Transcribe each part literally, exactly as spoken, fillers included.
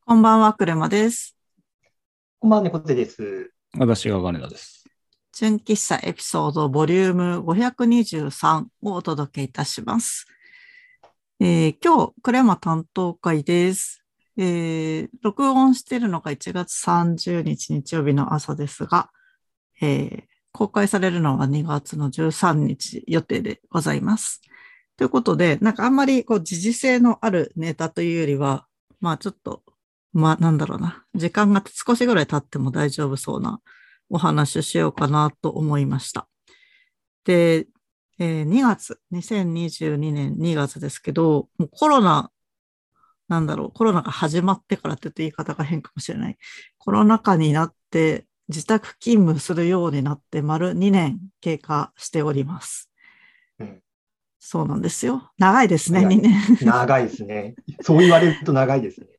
こんばんは、車です。 こんばんは、猫背です。 私が金田です。 純喫茶エピソードボリュームごひゃくにじゅうさんをお届けいたします。えー今日、クレマ担当会です。えー録音しているのがいちがつさんじゅうにち日曜日の朝ですが、えー公開されるのはにがつのじゅうさんにち予定でございます。ということで、なんかあんまりこう時事性のあるネタというよりは、まあちょっと、まあなんだろうな、時間が少しぐらい経っても大丈夫そうなお話をしようかなと思いました。で、えーにがつ、にせんにじゅうにねんにがつですけど、もうコロナ、なんだろう、コロナが始まってからって言って言い方が変かもしれない。コロナ禍になって自宅勤務するようになって丸にねん経過しております。 うん、 そうなんですよ。長いですね、 早い。 にねん。 長いですね。そう言われると長いですね。 うん、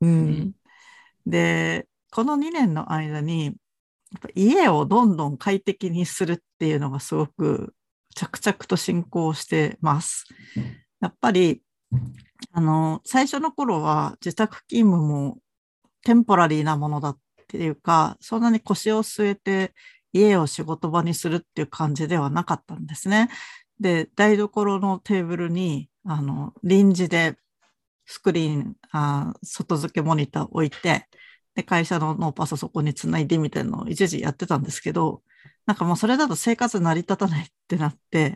で、このにねんの間に、やっぱ家をどんどん快適にするっていうのがすごく着々と進行してます。やっぱり、あの、最初の頃は自宅勤務もテンポラリーなものだっていうか、そんなに腰を据えて家を仕事場にするっていう感じではなかったんですね。で、台所のテーブルに、あの、臨時でスクリーン、あ、外付けモニター置いて、で、会社のノーパソそこにつないでみたいなのを一時やってたんですけど、なんかもうそれだと生活成り立たないってなって、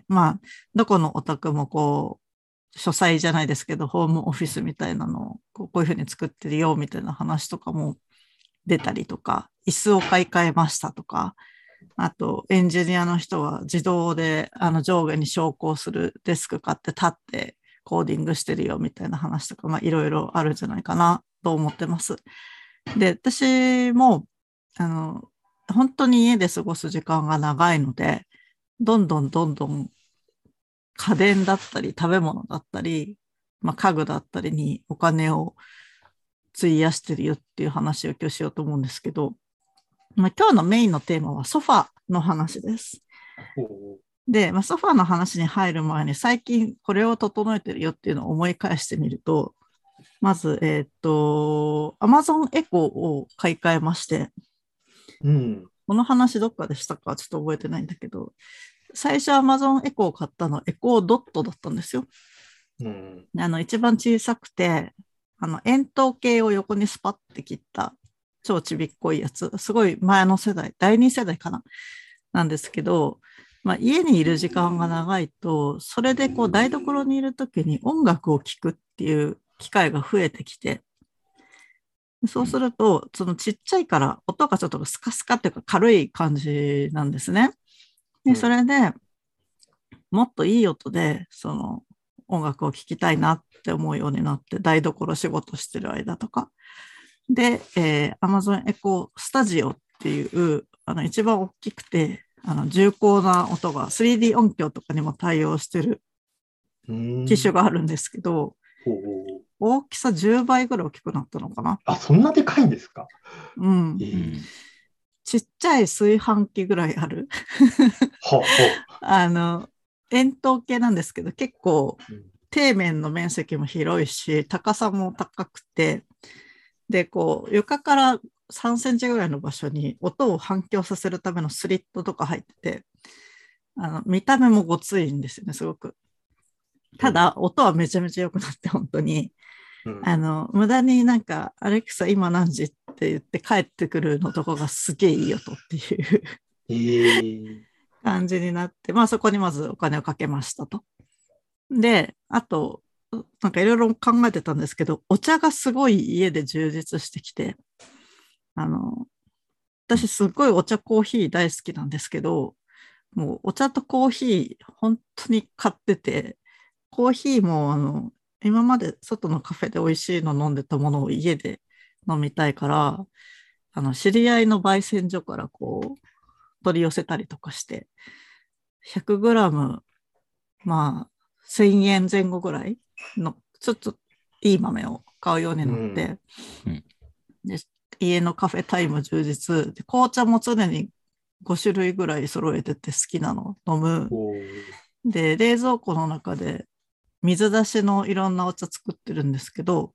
まあ、どこのお宅もこう、書斎じゃないですけど、ホームオフィスみたいなのをこうこういうふうに作ってるよみたいな話とかも出たりとか、椅子を買い替えましたとか、あとエンジニアの人は自動であの上下に昇降するデスク買って立ってコーディングしてるよみたいな話とか、まあいろいろあるんじゃないかなと思ってます。で、私も、あの、本当に家で過ごす時間が長いので、どんどんどんどん家電だったり食べ物だったり、まあ家具だったりにお金を費やしてるよっていう話を今日しようと思うんですけど、まあ、今日のメインのテーマはソファの話です。 おで、まあ、ソファの話に入る前に最近これを整えてるよっていうのを思い返してみると、まず、えーっと、Amazon Echo を買い替えまして、 うん。 この話どっかでしたかちょっと覚えてないんだけど、最初 Amazon Echo を買ったのエコードットだったんですよ。 うん。 あの、一番小さくて、あの、円筒形を横にスパッて切った超ちびっこいやつ、すごい前の世代、だいに世代かななんですけど、まあ、家にいる時間が長いと、それでこう台所にいるときに音楽を聴くっていう機会が増えてきて、そうすると、そのちっちゃいから音がちょっとスカスカっていうか軽い感じなんですね。で、そうん。 れでもっといい音で、その音楽を聴きたいなって思うようになって、台所仕事してる間とか。で、えー、Amazon Echo Studio っていう、あの、一番大きくて、あの、重厚な音が スリーディー 音響とかにも対応してるう機種ん。 があるんですけど、 おお。 大きさじゅうばいぐらい大きくなったのかな。 あ、そんなでかいんですか？ うん。 ええ。 うん。 ちっちゃい炊飯器ぐらいある。 はあ、はあ。 あの、円筒形なんですけど、結構、 うん。 底面の面積も広いし、高さも高くて、で、こう、床からさんセンチぐらいの場所に音を反響させるためのスリットとか入ってて、あの、見た目もごついんですよね、すごく。ただ、 うん。 音はめちゃめちゃ良くなって、本当に。 うん。 あの、無駄になんか、アレクサ今何時って言って帰ってくるのとこがすげえいい音っていうええ。 感じになって、まあそこにまずお金をかけましたと。で、あと、なんかいろいろ考えてたんですけど、お茶がすごい家で充実してきて、あの、私すっごいお茶コーヒー大好きなんですけど、もうお茶とコーヒー本当に買ってて、コーヒーもあの、今まで外のカフェで美味しいの飲んでたものを家で飲みたいから、あの、知り合いの焙煎所からこう、取り寄せたりとかして、ひゃくグラム、まあ、せんえんぜん後ぐらいの、ちょっといい豆を買うようにうん。 なって、 うん。 で家のカフェタイム充実で、紅茶も常にご種類ぐらい揃えてて好きなの飲む。 おお。 で、冷蔵庫の中で水出しのいろんなお茶作ってるんですけど、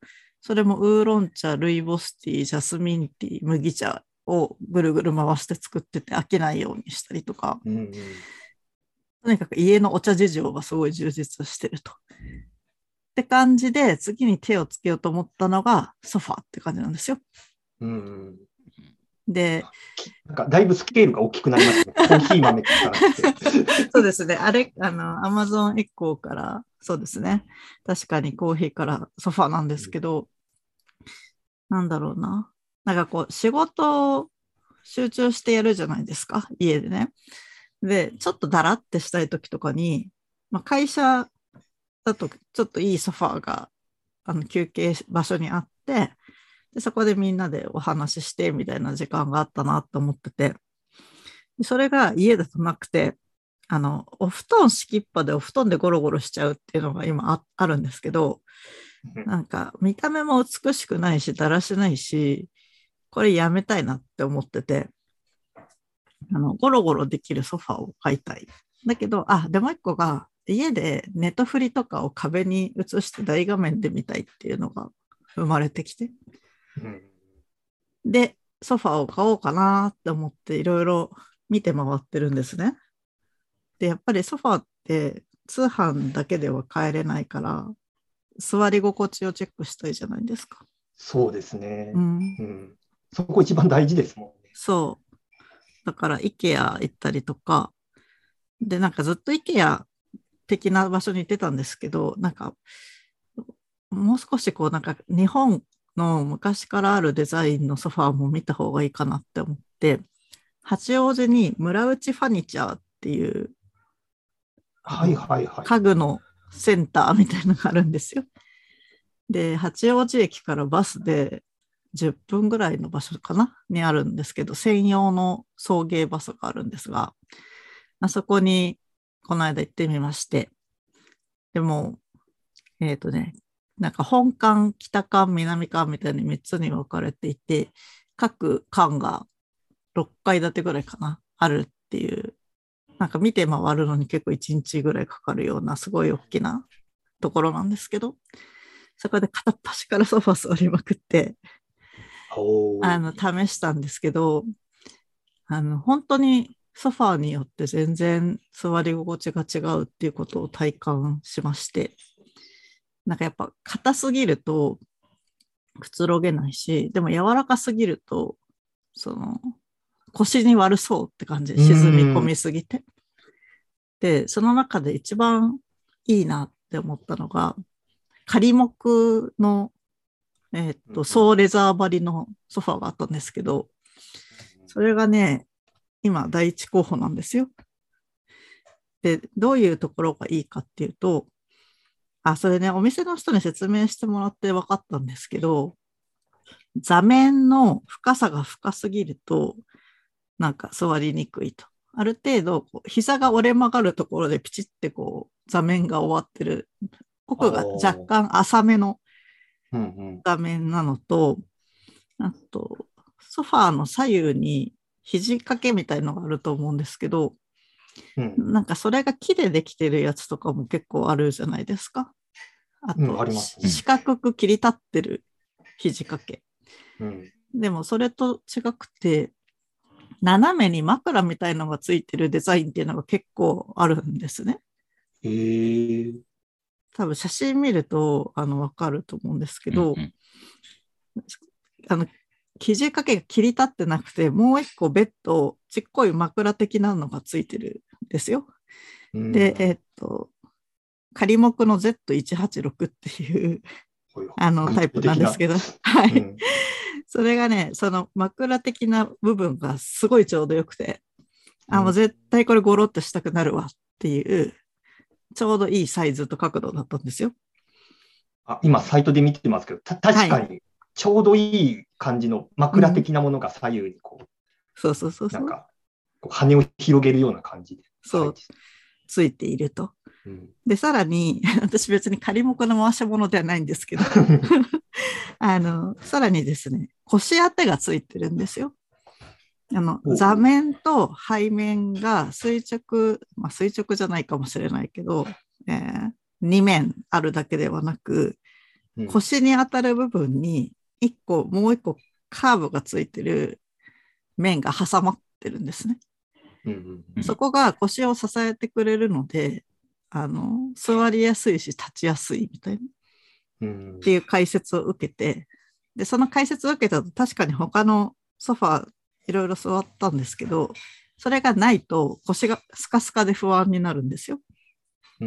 それもウーロン茶、ルイボスティー、ジャスミンティー、麦茶をぐるぐる回して作ってて飽きないようにしたりとか、 うんうん、 とにかく家のお茶事情がすごい充実してると。って感じで、次に手をつけようと思ったのがソファーって感じなんですよ。 うんうん、 で、 なんかだいぶスケールが大きくなりましたね。コーヒー豆からって。 そうですね。あれ、あの、アマゾンエコーから、そうですね。確かにコーヒーからソファーなんですけど、なんだろうな。なんかこう、仕事を集中してやるじゃないですか、家でね。で、ちょっとだらってしたい時とかに、まあ、会社だとちょっといいソファーがあの休憩場所にあって、でそこでみんなでお話ししてみたいな時間があったなと思ってて、それが家だとなくて、あの、お布団敷きっぱでお布団でゴロゴロしちゃうっていうのが今 あ, あるんですけど、なんか見た目も美しくないし、だらしないし、これやめたいなって思ってて、あの、ゴロゴロできるソファーを買いたい。だけど、あ、でもう一個が、家でネットフリとかを壁に映して大画面で見たいっていうのが生まれてきて。 うん、 で、ソファーを買おうかなって思っていろいろ見て回ってるんですね。で、やっぱりソファーって通販だけでは買えれないから、座り心地をチェックしたいじゃないですか。 そうですね、 うん。 うん。そこ一番大事ですもんね。 そう。だから IKEA 行ったりとか、で、なんかずっと IKEA 的な場所に行ってたんですけど、なんか、もう少しこう、なんか日本の昔からあるデザインのソファーも見た方がいいかなって思って、八王子に村内ファニチャーっていうあはいのはいはい。 家具のセンターみたいなのがあるんですよ。で、八王子駅からバスでじゅっぷんぐらいの場所かなにあるんですけど、専用の送迎バスがあるんですが、あそこにこの間行ってみまして、でも、えっとね、なんか本館、北館、南館みたいにみっつに分かれていて、各館がろっかい建てぐらいかな、あるっていう、なんか見て回るのに結構いちにちぐらいかかるような、すごい大きなところなんですけど、そこで片っ端からソファ座りまくって、あおの、試したんですけど、あの、本当にソファーによって全然座り心地が違うっていうことを体感しまして、なんかやっぱ硬すぎるとくつろげないし、でも柔らかすぎると、その、腰に悪そうって感じでう沈み込ん、 みすぎて。で、その中で一番いいなって思ったのが、仮木の、えーっと、 うん、 総レザー張りのソファーがあったんですけど、それがね、今第一候補なんですよ。で、どういうところがいいかっていうと、あ、それね、お店の人に説明してもらって分かったんですけど、座面の深さが深すぎると、なんか座りにくいと。ある程度、こう膝が折れ曲がるところでピチってこう、座面が終わってる。 あ奥が若ー、 干浅めのうん、 座面なのと、あと、ソファーの左右に肘掛けみたいのがあると思うんですけど、 うん、 なんかそれが木でできてるやつとかも結構あるじゃないですか。あうん、うん、 と、 ありますね。 四角く切り立ってる肘掛け。 うん、 でもそれと違くて、斜めに枕みたいのがついてるデザインっていうのが結構あるんですね。 えー、 多分写真見るとあの分かると思うんですけど、 うんあの生地掛けが切り立ってなくて、もう一個ベッド、ちっこい枕的なのがついてるんですよ。 うで、えん、 っと、仮木の ゼットいちはちろく っていうほいほいあの具タイプなん体的な。 ですけど、はい。 うん、 それがね、その枕的な部分がすごいちょうどよくて、あ、もううん、 絶対これゴロッとしたくなるわっていう、ちょうどいいサイズと角度だったんですよ。 あ、今、サイトで見てますけど、た、 はい。 確かに、ちょうどいい感じの枕うん。 的なものが左右にこう、 そうそうそうそう。 なんか、こう羽を広げるような感じでそう、 配置。 ついていると。 うん、 で、さらに、私別に仮木の回し物ではないんですけど、あの、さらにですね、腰当てがついてるんですよ。あの、 おう、 座面と背面が垂直、まあ、垂直じゃないかもしれないけど、えー、に面あるだけではなく、 腰に当たる部分に一個、もう一個カーブがついてる面が挟まってるんですね。 うんうん、 そこが腰を支えてくれるので、あの座りやすいし立ちやすいみたいな、うん、っていう解説を受けて、でその解説を受けたと確かに他のソファーいろいろ座ったんですけど、それがないと腰がスカスカで不安になるんですよ。うん、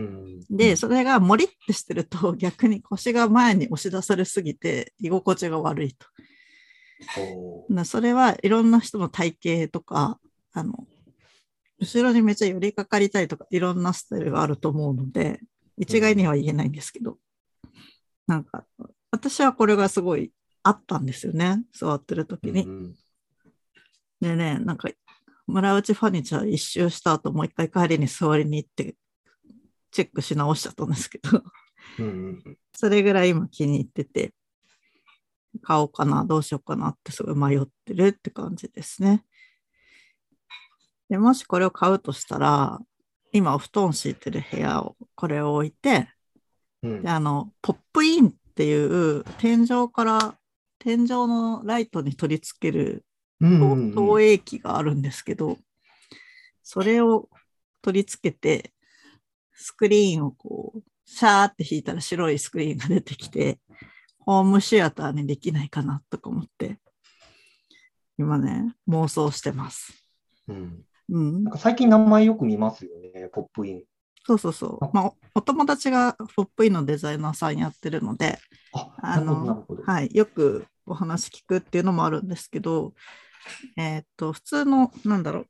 でそれがもりってしてると逆に腰が前に押し出されすぎて居心地が悪いと。それはいろんな人の体型とか、あの後ろにめっちゃ寄りかかりたいとかいろんなスタイルがあると思うので一概には言えないんですけど、うん、なんか私はこれがすごいあったんですよね、座ってる時に。うん、でね、なんか村内ファニチャー一周した後もう一回帰りに座りに行ってチェックし直しちゃったんですけど、うん、それぐらい今気に入ってて買おうかなどうしようかなってすごい迷ってるって感じですね。でもしこれを買うとしたら今お布団敷いてる部屋をこれを置いて、うん、であのポップインっていう天井から天井のライトに取り付ける投影機があるんですけど、それを取り付けてスクリーンをこうシャーって引いたら白いスクリーンが出てきてホームシアターにできないかなとか思って今ね妄想してます。 うんうん、なんか最近名前よく見ますよね、ポップイン。 そうそうそう。まあ、お友達がポップインのデザイナーさんやってるので、 ああのはい、よくお話聞くっていうのもあるんですけど、えー、っと普通のなんだろう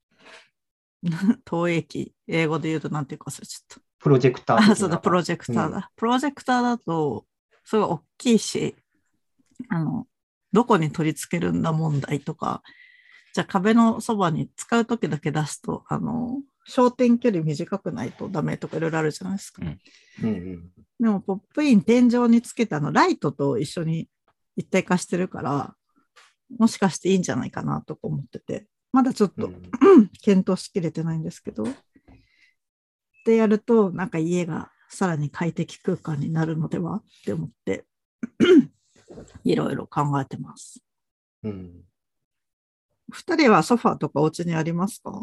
投影機、英語で言うとなんていうか忘れちゃった。 プロジェクター的な。 あ、そうだ、プロジェクターだ。うん、プロジェクターだとすごい大きいし、あのどこに取り付けるんだ問題とか、じゃあ壁のそばに使うときだけ出すとあの焦点距離短くないとダメとかいろいろあるじゃないですか。うんうんうん、でもポップイン天井につけたのライトと一緒に一体化してるからもしかしていいんじゃないかなとか思ってて、まだちょっと、うん、検討しきれてないんですけど、でやるとなんか家がさらに快適空間になるのではって思っていろいろ考えてます。うん、ふたりはソファーとかお家にありますか？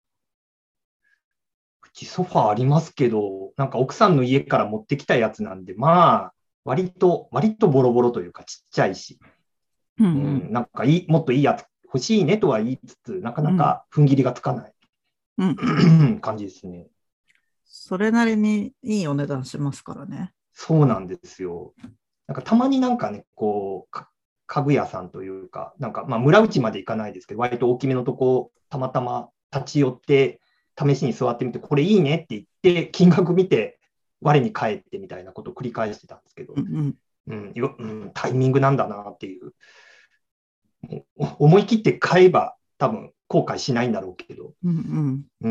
うちソファーありますけど、なんか奥さんの家から持ってきたやつなんで、まあ割と割とボロボロというかちっちゃいし、うんうんうん、なんかいいもっといいやつ欲しいねとは言いつつ、なかなか踏ん切りがつかない、うんうん、感じですね。 それなりにいいお値段しますからね。 そうなんですよ。なんかたまになんかね、こう、家具屋さんというか、なんかまあ村内まで行かないですけど、割と大きめのとこ、たまたま立ち寄って、試しに座ってみて、これいいねって言って、金額見て、我に返ってみたいなことを繰り返してたんですけど、うんうんうん、タイミングなんだなっていう。思い切って買えば多分後悔しないんだろうけど、うんうん、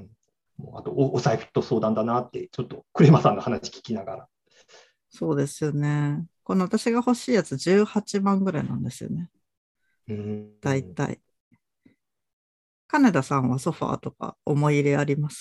もうあと お, お財布と相談だなってちょっとクレマさんの話聞きながら。 そうですよね。この私が欲しいやつじゅうはちまんぐらいなんですよね。うん、だいたい。金田さんはソファーとか思い入れあります？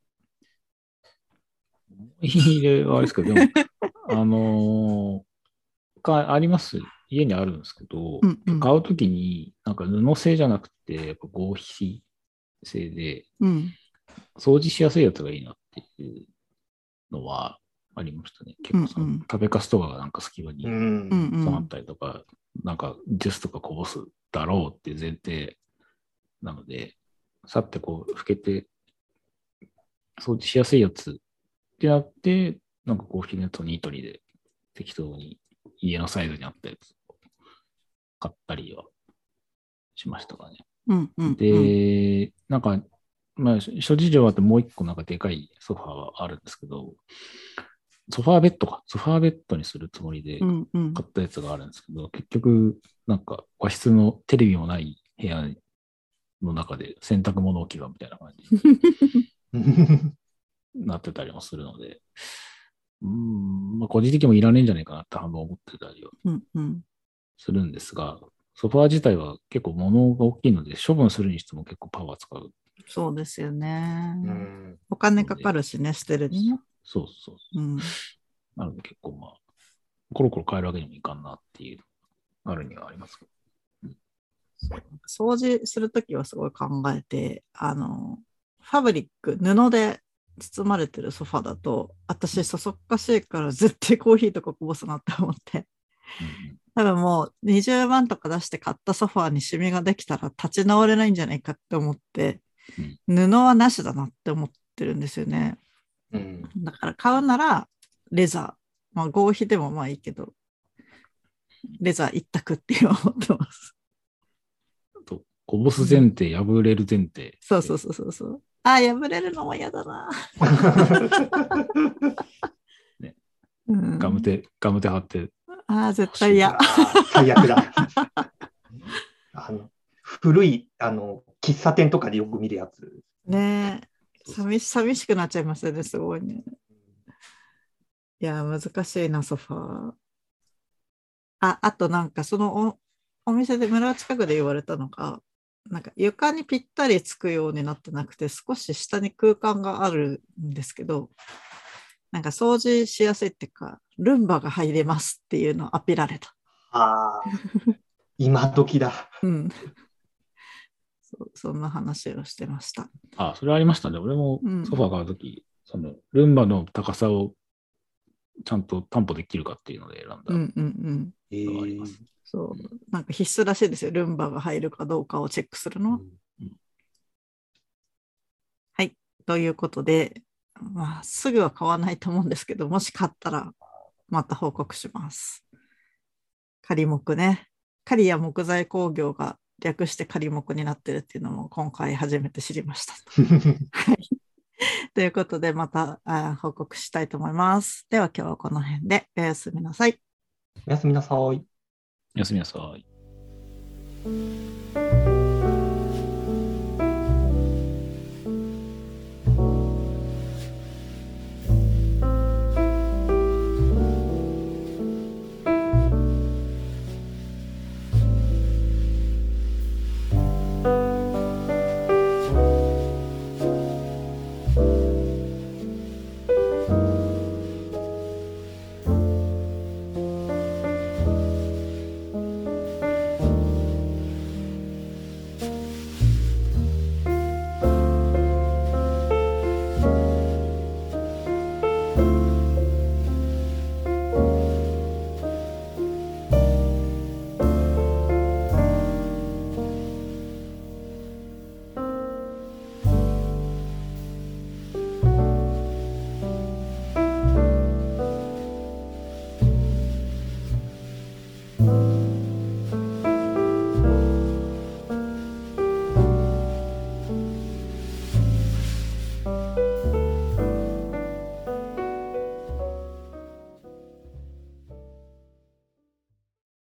思い入れはあれですけど、でもあのー、かあります。家にあるんですけど、うんうん、買うときになんか布製じゃなくてやっぱ合皮製で、うん、掃除しやすいやつがいいなっていうのはありましたね。結構その、うんうん、食べかすとかがなんか隙間に詰まったりとか、うんうん、なんかジュースとかこぼすだろうっていう前提なので、さってこう、拭けて、掃除しやすいやつってなって、なんかコーヒーのやつをニートリーで適当に家のサイズに合ったやつを買ったりはしましたかね。うんうんうん、で、なんか、まあ、諸事情あってもう一個なんかでかいソファーはあるんですけど、ソファーベッドか、ソファーベッドにするつもりで買ったやつがあるんですけど、うんうん、結局、なんか和室のテレビもない部屋の中で洗濯物置き場みたいな感じになってたりもするので、うーん、まあ、個人的にもいらねえんじゃないかなって半分思ってたりはするんですが、うんうん、ソファー自体は結構物が大きいので、処分するにしても結構パワー使う。 そうですよね。うん、お金かかるしね、捨てるにね。 そうそうそう。うん、なので結構まあ、 コロコロ変えるわけにもいかんなっていう、あるにはありますけど。掃除するときはすごい考えて、あの、ファブリック、布で包まれてるソファだと、私、そそっかしいから絶対コーヒーとかこぼすなって思って。うん多分もうにじゅうまんとか出して買ったソファーにシミができたら立ち直れないんじゃないかって思って、うん、布はなしだなって思ってるんですよね。うん、だから買うならレザー。まあ合皮でもまあいいけど、レザー一択って思ってます。 とこぼす前提、うん、破れる前提。 そうそうそうそうそう。ああ、破れるのも嫌だな。 ねうん、ガムテ、ガムテ貼って。 ああ、絶対嫌。 最悪だ。あの古いあの喫茶店とかでよく見るやつ。 ねえ。寂し、寂しくなっちゃいますよね、すごいね。いや、難しいな、ソファー。あ、あとなんかそのお、お店で村近くで言われたのが、なんか床にぴったりつくようになってなくて、少し下に空間があるんですけど、なんか掃除しやすいっていうか、ルンバが入れますっていうのをアピられた。 ああ、今時だ。 うんそ。そんな話をしてました。 あ、それありましたね。俺もソファー買うとき、うん、そのルンバの高さをちゃんと担保できるかっていうので選んだのがあります。うんうんうん、そう、なんか必須らしいですよ。ルンバが入るかどうかをチェックするのは。うん、はい。ということで、まあ、すぐは買わないと思うんですけど、もし買ったらまた報告します。仮木ね。仮や木材工業が略して仮木になってるっていうのも今回初めて知りました。はい。ということで、またあ報告したいと思います。では今日はこの辺でおやすみなさい。 おやすみなさい。おやすみなさい。you